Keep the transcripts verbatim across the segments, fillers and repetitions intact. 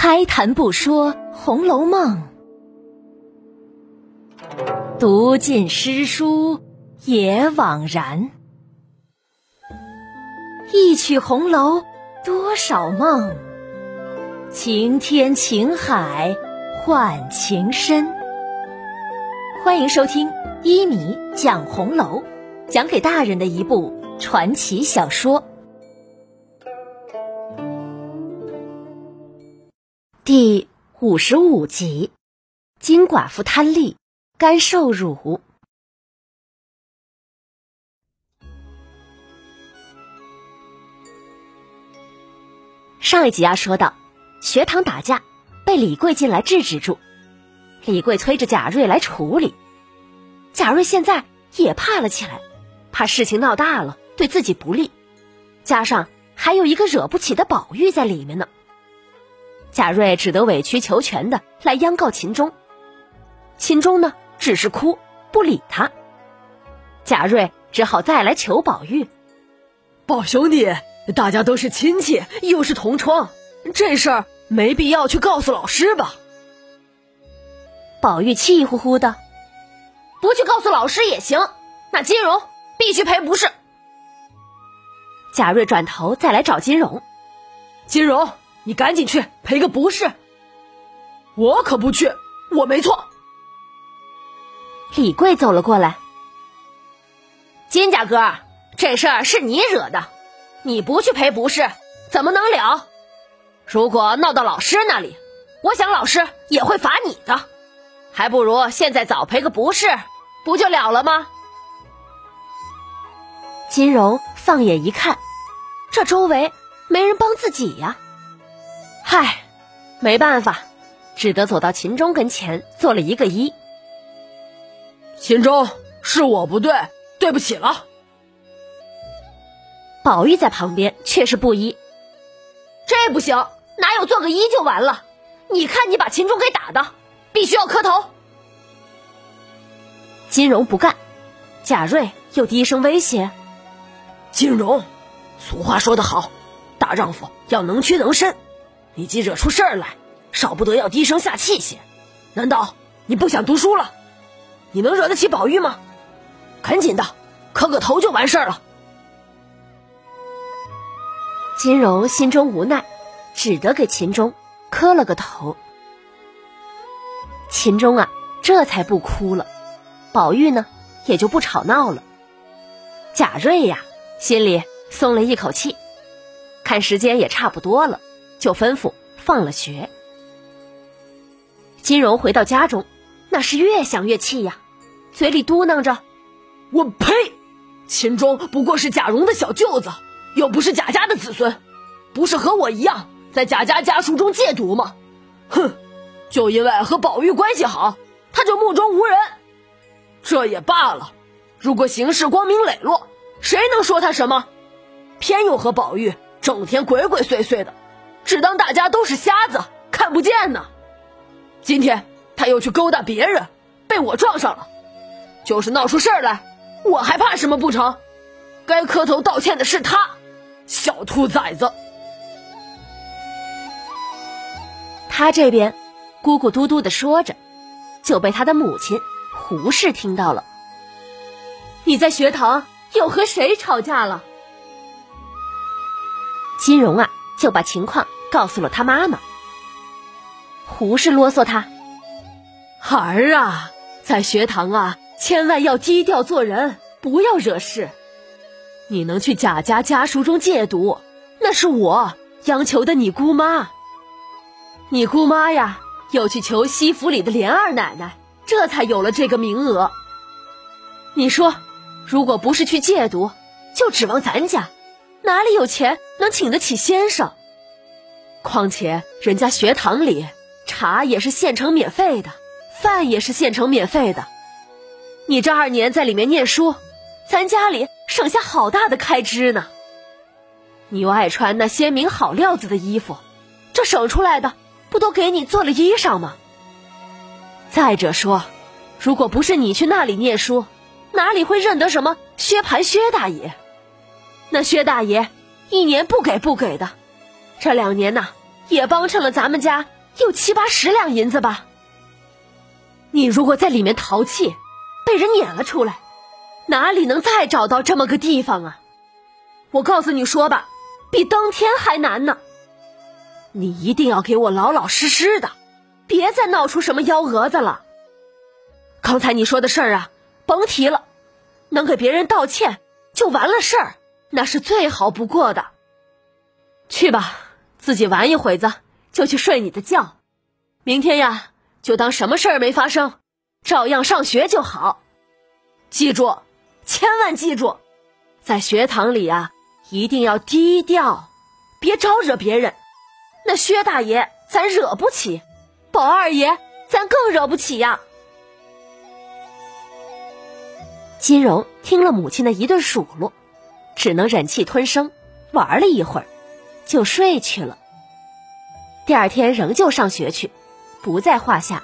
开谈不说《红楼梦》，读尽诗书也枉然。一曲红楼多少梦，情天情海换情深。欢迎收听一米讲红楼，讲给大人的一部传奇小说。第五十五集，金寡妇贪利，甘受辱。上一集啊说到，学堂打架，被李贵进来制止住。李贵催着贾瑞来处理，贾瑞现在也怕了起来，怕事情闹大了对自己不利，加上还有一个惹不起的宝玉在里面呢。贾瑞只得委曲求全的来央告秦钟，秦钟呢只是哭不理他。贾瑞只好再来求宝玉， 宝兄弟，大家都是亲戚，又是同窗，这事儿没必要去告诉老师吧。 宝玉气呼呼的， 不去告诉老师也行，那金荣必须赔不是。 贾瑞转头再来找金荣， 金荣，你赶紧去赔个不是。我可不去，我没错。 李贵走了过来， 金家哥，这事儿是你惹的，你不去赔不是怎么能了？如果闹到老师那里，我想老师也会罚你的，还不如现在早赔个不是，不就了了吗？ 金荣放眼一看，这周围没人帮自己呀。嗨，没办法，只得走到秦钟跟前做了一个揖。 秦钟，是我不对，对不起了。 宝玉在旁边却是不依， 这不行，哪有做个揖就完了？你看你把秦钟给打的，必须要磕头。 金荣不干，贾瑞又低声威胁， 金荣，俗话说得好，大丈夫要能屈能伸，你既惹出事儿来，少不得要低声下气些。难道你不想读书了？你能惹得起宝玉吗？赶紧的，磕个头就完事儿了。 金荣心中无奈，只得给秦钟磕了个头。秦钟啊，这才不哭了，宝玉呢，也就不吵闹了。贾瑞呀，心里松了一口气，看时间也差不多了，就吩咐放了学。金荣回到家中，那是越想越气呀，嘴里嘟囔着：“ 我呸！秦钟不过是贾蓉的小舅子，又不是贾家的子孙，不是和我一样在贾家家书中借读吗？哼，就因为和宝玉关系好，他就目中无人。这也罢了，如果行事光明磊落，谁能说他什么？偏又和宝玉整天鬼鬼祟祟的，只当大家都是瞎子，看不见呢。今天他又去勾搭别人，被我撞上了，就是闹出事儿来，我还怕什么不成？该磕头道歉的是他，小兔崽子。” 他这边咕咕嘟嘟地说着，就被他的母亲胡氏听到了。你在学堂又和谁吵架了？金荣啊，就把情况告诉了他妈妈。胡氏啰嗦他：孩儿啊，在学堂啊，千万要低调做人，不要惹事。你能去贾家家书中借读，那是我央求的你姑妈。你姑妈呀，又去求西府里的莲二奶奶，这才有了这个名额。你说，如果不是去借读，就指望咱家，哪里有钱能请得起先生？况且人家学堂里茶也是现成免费的，饭也是现成免费的。你这二年在里面念书，咱家里省下好大的开支呢。你又爱穿那鲜明好料子的衣服，这省出来的不都给你做了衣裳吗？再者说，如果不是你去那里念书，哪里会认得什么薛蟠薛大爷？那薛大爷一年不给不给的，这两年呐、也帮衬了咱们家有七八十两银子吧。你如果在里面淘气，被人撵了出来，哪里能再找到这么个地方啊？我告诉你说吧，比登天还难呢。你一定要给我老老实实的，别再闹出什么幺蛾子了。刚才你说的事儿啊，甭提了，能给别人道歉就完了事儿，那是最好不过的。去吧，自己玩一会子就去睡你的觉，明天呀就当什么事儿没发生，照样上学就好。记住，千万记住，在学堂里啊一定要低调，别招惹别人。那薛大爷咱惹不起，宝二爷咱更惹不起呀。金荣听了母亲的一顿数落，只能忍气吞声，玩了一会儿就睡去了。第二天仍旧上学去，不在话下。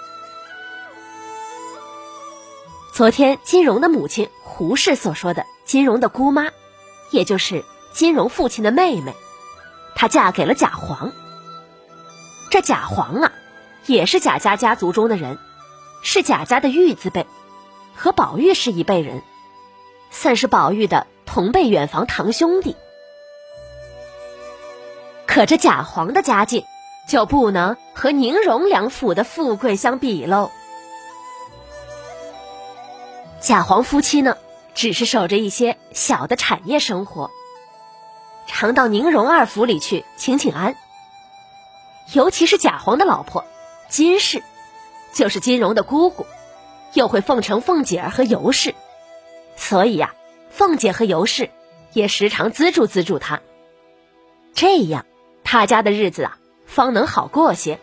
昨天金荣的母亲胡氏所说的金荣的姑妈，也就是金荣父亲的妹妹，她嫁给了贾黄。这贾黄啊也是贾家家族中的人，是贾家的玉字辈，和宝玉是一辈人，算是宝玉的同辈远房堂兄弟。可这贾黄的家境就不能和宁荣两府的富贵相比喽。贾黄夫妻呢，只是守着一些小的产业生活，常到宁荣二府里去请请安。尤其是贾黄的老婆金氏，就是金荣的姑姑，又会奉承凤姐儿和尤氏，所以呀、啊，凤姐和尤氏也时常资助资助他，这样他家的日子啊方能好过些。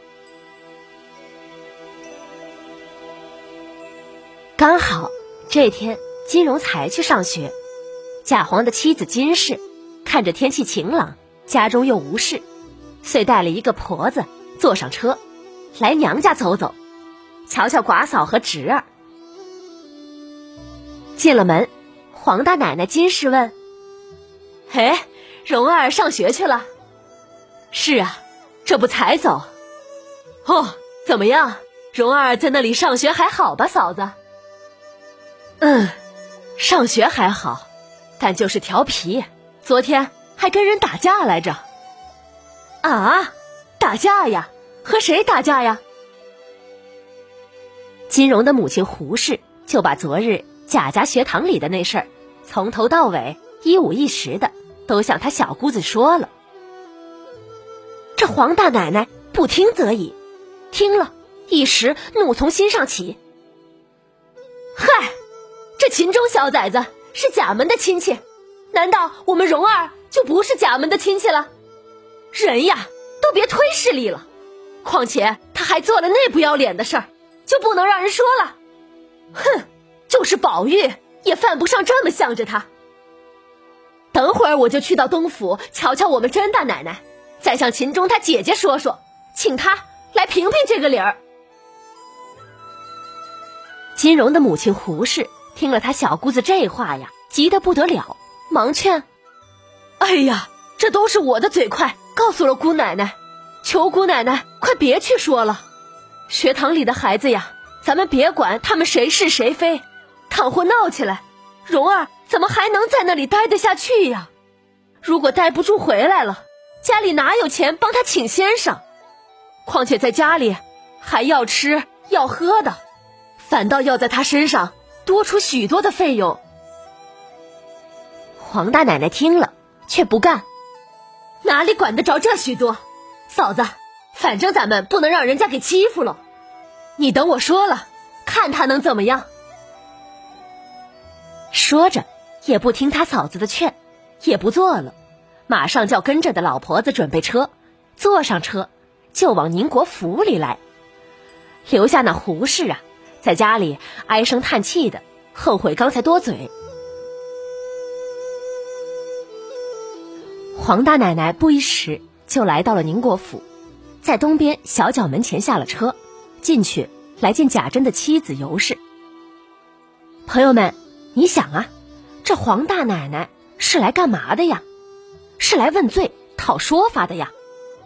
刚好这天金荣才去上学，贾黄的妻子金氏看着天气晴朗，家中又无事，遂带了一个婆子坐上车来娘家走走，瞧瞧寡嫂和侄儿。进了门，黄大奶奶金氏问：嘿，荣儿上学去了？是啊，这不才走。哦，怎么样，荣儿在那里上学还好吧，嫂子？嗯，上学还好，但就是调皮，昨天还跟人打架来着。啊，打架呀？和谁打架呀？金荣的母亲胡氏就把昨日贾家学堂里的那事儿，从头到尾一五一十的都向他小姑子说了。这黄大奶奶不听则已，听了一时怒从心上起。嗨，这秦钟小崽子是贾门的亲戚，难道我们荣儿就不是贾门的亲戚了？人呀都别忒势利了，况且他还做了那不要脸的事儿，就不能让人说了。哼，就是宝玉也犯不上这么向着他。等会儿我就去到东府瞧瞧我们甄大奶奶，再向秦钟他姐姐说说，请他来评评这个理儿。金荣的母亲胡氏听了他小姑子这话呀，急得不得了，忙劝：哎呀，这都是我的嘴快告诉了姑奶奶，求姑奶奶快别去说了。学堂里的孩子呀，咱们别管他们谁是谁非，倘或闹起来，荣儿怎么还能在那里待得下去呀？如果待不住回来了，家里哪有钱帮他请先生？况且在家里还要吃要喝的，反倒要在他身上多出许多的费用。黄大奶奶听了却不干，哪里管得着这许多？嫂子，反正咱们不能让人家给欺负了，你等我说了，看他能怎么样。说着也不听他嫂子的劝，也不做了，马上叫跟着的老婆子准备车，坐上车就往宁国府里来，留下那胡氏啊在家里唉声叹气的，后悔刚才多嘴。黄大奶奶不一时就来到了宁国府，在东边小角门前下了车，进去来见贾珍的妻子尤氏。朋友们，你想啊，这黄大奶奶是来干嘛的呀？是来问罪讨说法的呀。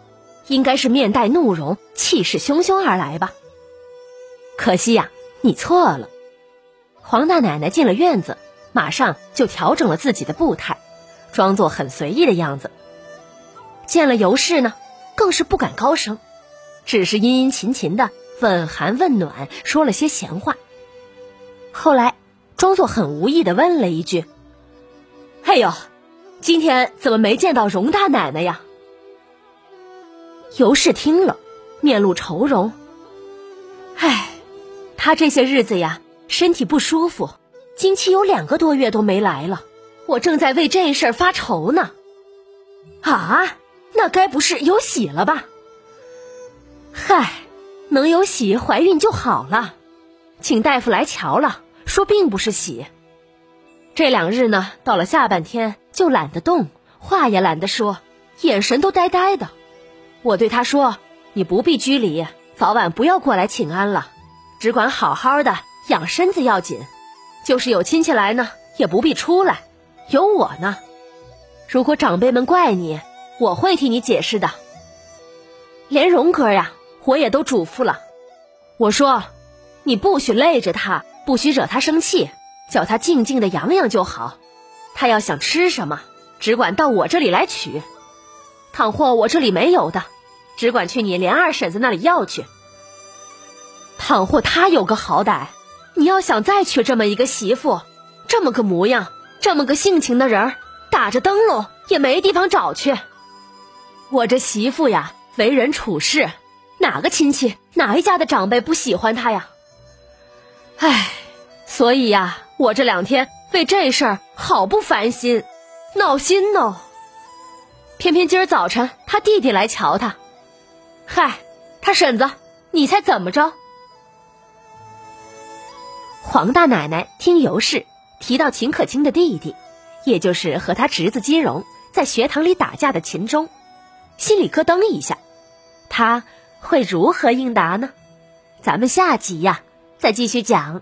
应该是面带怒容，气势汹汹而来吧。可惜呀，你错了。黄大奶奶进了院子，马上就调整了自己的步态，装作很随意的样子。见了尤氏呢，更是不敢高声，只是殷殷勤勤的问寒问暖，说了些闲话。后来装作很无意的问了一句：哎呦，今天怎么没见到容大奶奶呀？尤氏听了，面露愁容。唉，她这些日子呀，身体不舒服，经期有两个多月都没来了，我正在为这事儿发愁呢。啊，那该不是有喜了吧？嗨，能有喜怀孕就好了，请大夫来瞧了，说并不是喜。这两日呢，到了下半天就懒得动，话也懒得说，眼神都呆呆的。我对他说，你不必拘礼，早晚不要过来请安了，只管好好的养身子要紧，就是有亲戚来呢，也不必出来，有我呢。如果长辈们怪你，我会替你解释的。连荣哥呀，我也都嘱咐了，我说你不许累着他，不许惹他生气，叫他静静的养养就好，他要想吃什么，只管到我这里来取，倘或我这里没有的，只管去你连二婶子那里要去。倘或他有个好歹，你要想再娶这么一个媳妇，这么个模样，这么个性情的人，打着灯笼也没地方找去。我这媳妇呀，为人处事，哪个亲戚哪一家的长辈不喜欢她呀？唉，所以呀，我这两天为这事儿好不烦心，闹心呢。偏偏今儿早晨他弟弟来瞧他，嗨，他婶子，你猜怎么着？黄大奶奶听尤氏提到秦可卿的弟弟，也就是和他侄子姬荣在学堂里打架的秦钟，心里咯噔一下，他会如何应答呢？咱们下集呀再继续讲。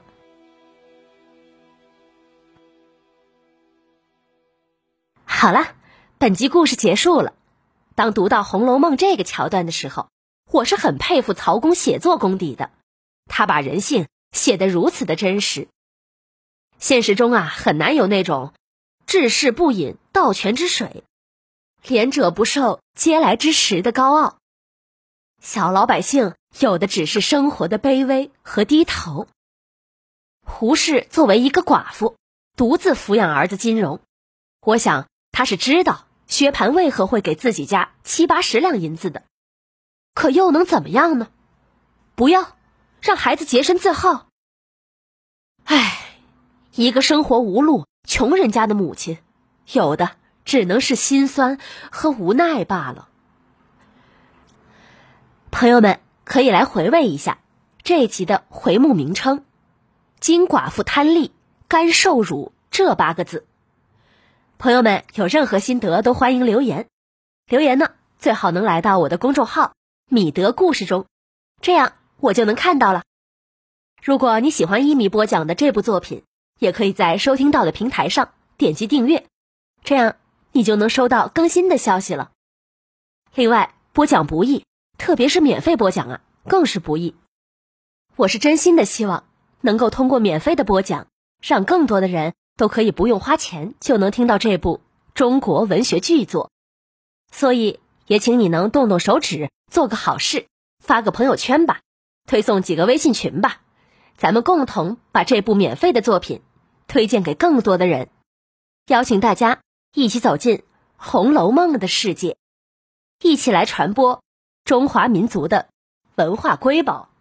好了，本集故事结束了。当读到《红楼梦》这个桥段的时候，我是很佩服曹公写作功底的，他把人性写得如此的真实。现实中啊，很难有那种治世不饮盗泉之水，怜者不受嗟来之食的高傲。小老百姓有的只是生活的卑微和低头。胡氏作为一个寡妇，独自抚养儿子金荣，我想他是知道薛蟠为何会给自己家七八十两银子的，可又能怎么样呢？不要让孩子洁身自好。唉，一个生活无路穷人家的母亲，有的只能是心酸和无奈罢了。朋友们可以来回味一下这一集的回目名称，金寡妇贪利甘受辱这八个字。朋友们有任何心得都欢迎留言，留言呢最好能来到我的公众号米德故事中，这样我就能看到了。如果你喜欢一米播讲的这部作品，也可以在收听到的平台上点击订阅，这样你就能收到更新的消息了。另外，播讲不易，特别是免费播讲啊，更是不易。我是真心的希望能够通过免费的播讲，让更多的人都可以不用花钱就能听到这部中国文学巨作。所以也请你能动动手指，做个好事，发个朋友圈吧，推送几个微信群吧，咱们共同把这部免费的作品推荐给更多的人，邀请大家一起走进《红楼梦》的世界，一起来传播中华民族的文化瑰宝。